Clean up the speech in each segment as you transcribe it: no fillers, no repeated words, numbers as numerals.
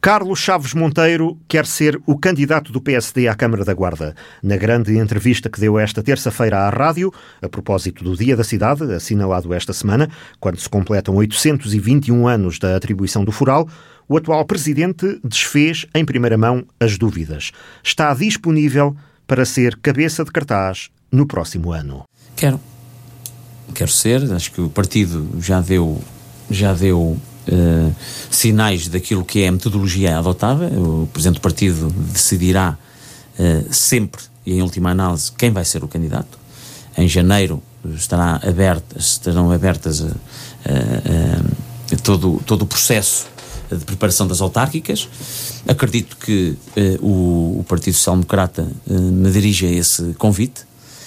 Carlos Chaves Monteiro quer ser o candidato do PSD à Câmara da Guarda. Na grande entrevista que deu esta terça-feira à rádio, a propósito do Dia da Cidade, assinalado esta semana, quando se completam 821 anos da atribuição do Foral, o atual presidente desfez em primeira mão as dúvidas. Está disponível para ser cabeça de cartaz no próximo ano. Quero ser, acho que o partido já deu sinais daquilo que é a metodologia adotada. O Presidente do Partido decidirá sempre e em última análise quem vai ser o candidato. Em janeiro estarão abertas todo o processo de preparação das autárquicas. Acredito que o Partido Social Democrata me dirige a esse convite.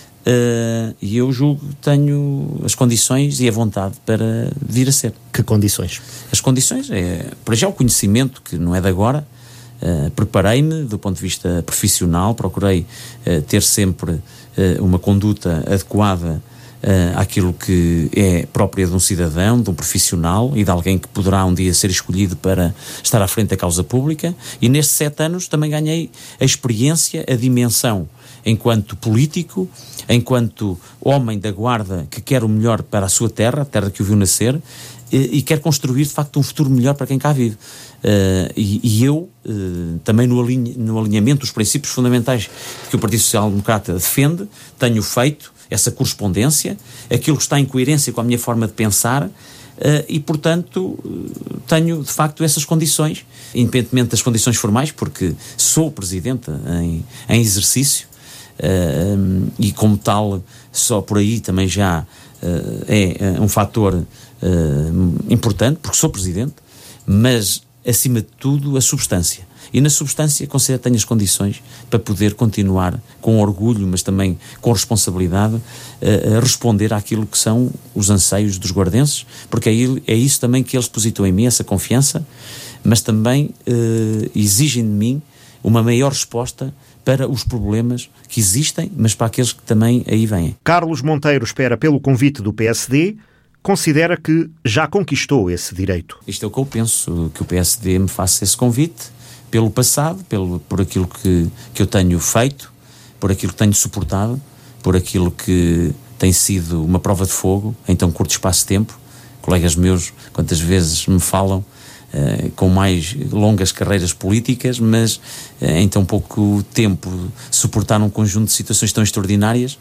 E eu julgo que tenho as condições e a vontade para vir a ser. Que condições? As condições para já, o conhecimento, que não é de agora. Preparei-me do ponto de vista profissional, procurei ter sempre uma conduta adequada àquilo que é própria de um cidadão, de um profissional e de alguém que poderá um dia ser escolhido para estar à frente da causa pública. E nestes 7 anos também ganhei a experiência, a dimensão enquanto político, enquanto homem da Guarda que quer o melhor para a sua terra, a terra que o viu nascer, e quer construir de facto um futuro melhor para quem cá vive. E eu, também no alinhamento dos princípios fundamentais que o Partido Social Democrata defende, tenho feito essa correspondência, aquilo que está em coerência com a minha forma de pensar, e portanto tenho de facto essas condições, independentemente das condições formais, porque sou Presidente em exercício, e como tal, só por aí também já é um fator importante, porque sou Presidente, mas acima de tudo a substância. E na substância considero que tenho as condições para poder continuar com orgulho, mas também com responsabilidade, a responder àquilo que são os anseios dos guardenses, porque é isso também que eles depositam em mim, essa confiança, mas também exigem de mim uma maior resposta para os problemas que existem, mas para aqueles que também aí vêm. Carlos Monteiro espera pelo convite do PSD, considera que já conquistou esse direito. Isto é o que eu penso, que o PSD me faça esse convite, pelo passado, por aquilo que eu tenho feito, por aquilo que tenho suportado, por aquilo que tem sido uma prova de fogo em tão curto espaço de tempo. Colegas meus, quantas vezes me falam, com mais longas carreiras políticas, mas em tão pouco tempo suportar um conjunto de situações tão extraordinárias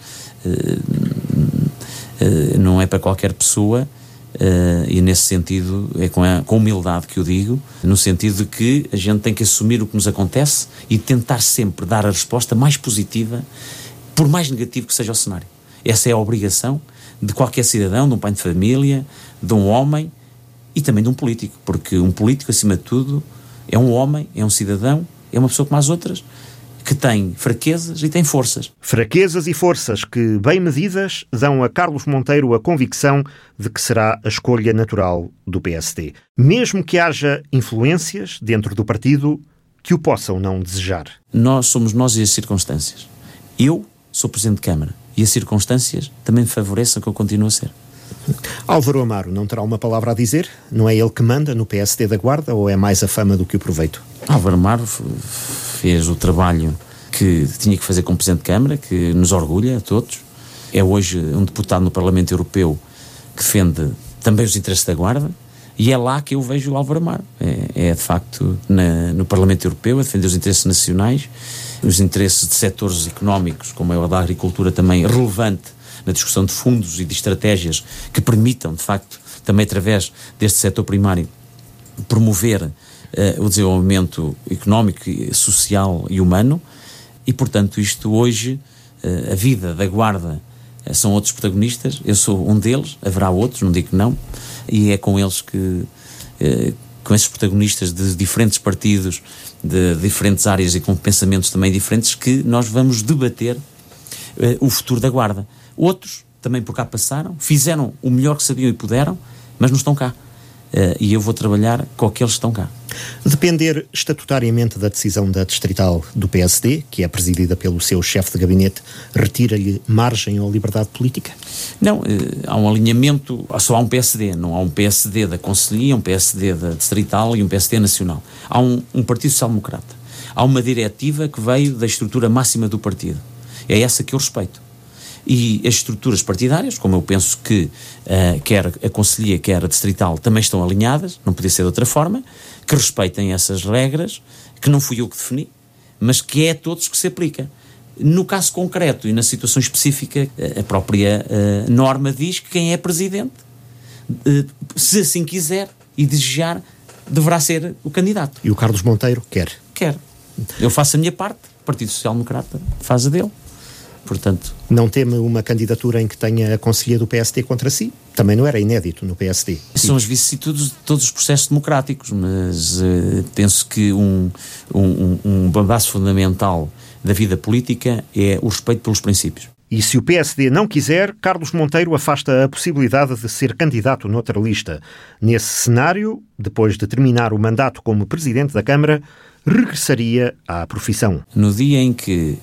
não é para qualquer pessoa, e nesse sentido é com humildade que eu digo, no sentido de que a gente tem que assumir o que nos acontece e tentar sempre dar a resposta mais positiva, por mais negativo que seja o cenário. Essa é a obrigação de qualquer cidadão, de um pai de família, de um homem e também de um político, porque um político, acima de tudo, é um homem, é um cidadão, é uma pessoa como as outras, que tem fraquezas e tem forças. Fraquezas e forças que, bem medidas, dão a Carlos Monteiro a convicção de que será a escolha natural do PSD. Mesmo que haja influências dentro do partido que o possam não desejar. Nós somos nós e as circunstâncias. Eu sou Presidente de Câmara e as circunstâncias também me favorecem que eu continue a ser. Álvaro Amaro não terá uma palavra a dizer? Não é ele que manda no PSD da Guarda ou é mais a fama do que o proveito? Álvaro Amaro fez o trabalho que tinha que fazer como Presidente de Câmara, que nos orgulha a todos. É hoje um deputado no Parlamento Europeu que defende também os interesses da Guarda, e é lá que eu vejo o Álvaro Amaro. É de facto no Parlamento Europeu a defender os interesses nacionais, os interesses de setores económicos, como é o da agricultura, também relevante na discussão de fundos e de estratégias que permitam, de facto, também através deste setor primário, promover o desenvolvimento económico, social e humano. E, portanto, isto hoje, a vida da Guarda, são outros protagonistas, eu sou um deles, haverá outros, não digo que não, e é com eles que, com esses protagonistas de diferentes partidos, de diferentes áreas e com pensamentos também diferentes, que nós vamos debater o futuro da Guarda. Outros também por cá passaram, fizeram o melhor que sabiam e puderam, mas não estão cá. e eu vou trabalhar com aqueles que estão cá. Depender estatutariamente da decisão da distrital do PSD, que é presidida pelo seu chefe de gabinete, retira-lhe margem ou liberdade política? Não, há um alinhamento, só há um PSD, não há um PSD da Conselhia, um PSD da distrital e um PSD nacional. Há um Partido Social Democrata. Há uma diretiva que veio da estrutura máxima do partido. É essa que eu respeito. E as estruturas partidárias, como eu penso que quer a Conselhia, quer a distrital, também estão alinhadas, não podia ser de outra forma, que respeitem essas regras, que não fui eu que defini, mas que é a todos que se aplica. No caso concreto e na situação específica, a própria norma diz que quem é presidente, se assim quiser e desejar, deverá ser o candidato. E o Carlos Monteiro quer? Quer. Eu faço a minha parte, o Partido Social Democrata faz a dele. Portanto, não teme uma candidatura em que tenha a Conselhia do PSD contra si? Também não era inédito no PSD. São as vicissitudes de todos os processos democráticos, mas penso que um base fundamental da vida política é o respeito pelos princípios. E se o PSD não quiser, Carlos Monteiro afasta a possibilidade de ser candidato noutra lista. Nesse cenário, depois de terminar o mandato como Presidente da Câmara, regressaria à profissão. No dia em que,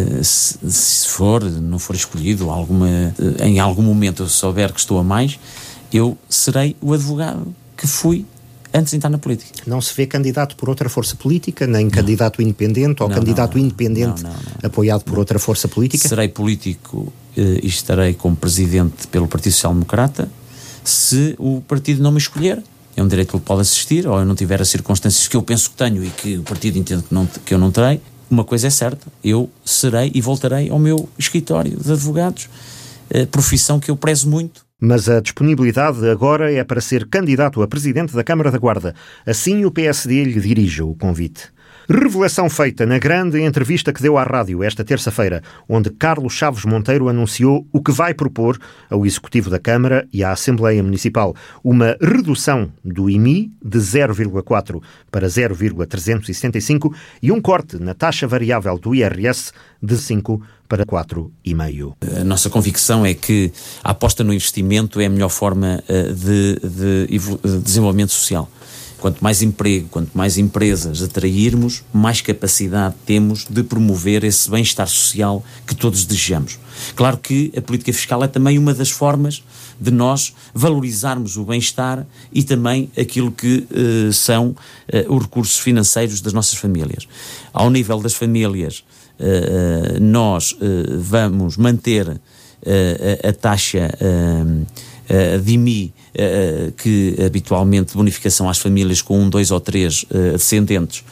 não for escolhido em algum momento eu souber que estou a mais, eu serei o advogado que fui antes de entrar na política. Não se vê candidato por outra força política, nem candidato independente ou candidato independente apoiado por outra força política? Serei político e estarei como presidente pelo Partido Social Democrata se o partido não me escolher. É um direito que ele pode assistir, ou eu não tiver as circunstâncias que eu penso que tenho e que o partido entende que eu não terei. Uma coisa é certa, eu serei e voltarei ao meu escritório de advogados, profissão que eu prezo muito. Mas a disponibilidade agora é para ser candidato a Presidente da Câmara da Guarda. Assim o PSD lhe dirige o convite. Revelação feita na grande entrevista que deu à rádio esta terça-feira, onde Carlos Chaves Monteiro anunciou o que vai propor ao Executivo da Câmara e à Assembleia Municipal. Uma redução do IMI de 0,4 para 0,375 e um corte na taxa variável do IRS de 5 para 4,5. A nossa convicção é que a aposta no investimento é a melhor forma de desenvolvimento social. Quanto mais emprego, quanto mais empresas atrairmos, mais capacidade temos de promover esse bem-estar social que todos desejamos. Claro que a política fiscal é também uma das formas de nós valorizarmos o bem-estar e também aquilo que são os recursos financeiros das nossas famílias. Ao nível das famílias, nós vamos manter a taxa de IMI, que habitualmente bonificação às famílias com 1, 2 ou 3 descendentes,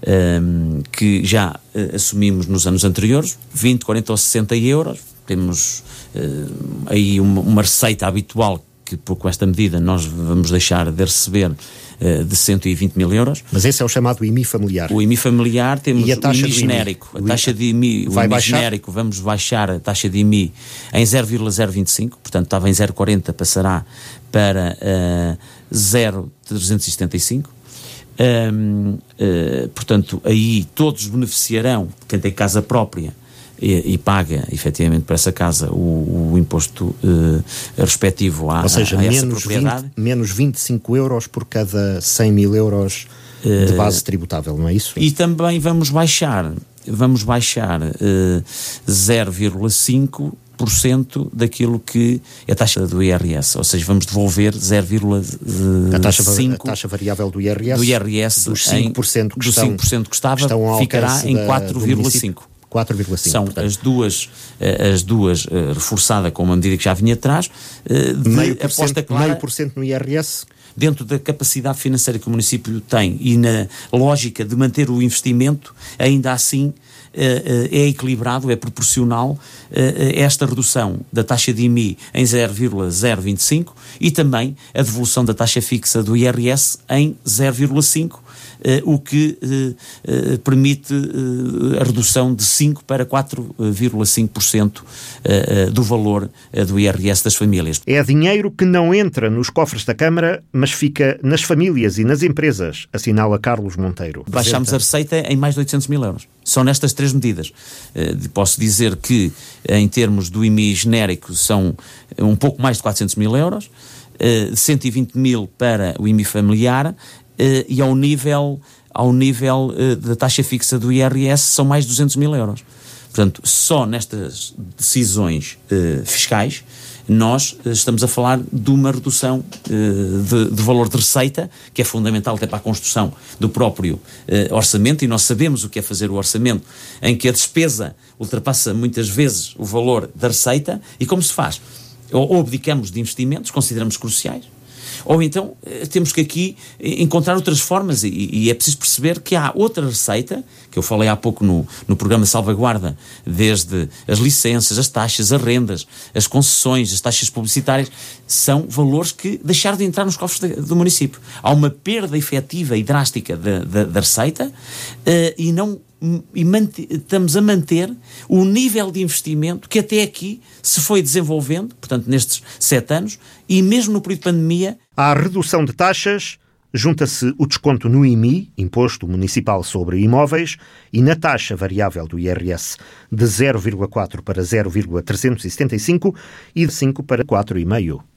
que já assumimos nos anos anteriores, 20, 40 ou 60 euros. Temos aí uma receita habitual que com esta medida nós vamos deixar de receber de 120 mil euros. Mas esse é o chamado IMI familiar. O IMI familiar, temos a taxa o IMI genérico. A taxa de IMI, o IMI genérico, vamos baixar a taxa de IMI em 0,025, portanto estava em 0,40, passará para 0,375. Portanto, aí todos beneficiarão, quem tem casa própria e paga efetivamente para essa casa o imposto respectivo à, ou seja, a essa propriedade. Menos 25 euros por cada 100 mil euros de base tributável, não é isso? E também vamos baixar 0,5% daquilo que é a taxa do IRS, ou seja, vamos devolver 0,5%. A taxa variável do IRS dos 5% que estava, ficará em 4,5%. 4,5%. São portanto, as duas reforçada com uma medida que já vinha atrás, aposta clara, meio por cento no IRS. Dentro da capacidade financeira que o município tem e na lógica de manter o investimento, ainda assim é equilibrado, é proporcional esta redução da taxa de IMI em 0,025 e também a devolução da taxa fixa do IRS em 0,5%, o que permite a redução de 5% para 4,5% do valor do IRS das famílias. É dinheiro que não entra nos cofres da Câmara, mas fica nas famílias e nas empresas, assinala Carlos Monteiro. Baixámos a receita em mais de 800 mil euros. São nestas 3 medidas. Posso dizer que, em termos do IMI genérico, são um pouco mais de 400 mil euros. de 120 mil para o IMI familiar e ao nível da taxa fixa do IRS são mais de 200 mil euros. Portanto, só nestas decisões fiscais nós estamos a falar de uma redução de valor de receita, que é fundamental até para a construção do próprio orçamento, e nós sabemos o que é fazer o orçamento, em que a despesa ultrapassa muitas vezes o valor da receita, e como se faz? Ou abdicamos de investimentos, consideramos cruciais, ou então temos que aqui encontrar outras formas, e é preciso perceber que há outra receita, que eu falei há pouco no programa Salvaguarda, desde as licenças, as taxas, as rendas, as concessões, as taxas publicitárias, são valores que deixaram de entrar nos cofres do município. Há uma perda efetiva e drástica da receita estamos a manter o nível de investimento que até aqui se foi desenvolvendo, portanto nestes 7 anos, e mesmo no período de pandemia. À redução de taxas junta-se o desconto no IMI, Imposto Municipal sobre Imóveis, e na taxa variável do IRS de 0,4 para 0,375 e de 5 para 4,5.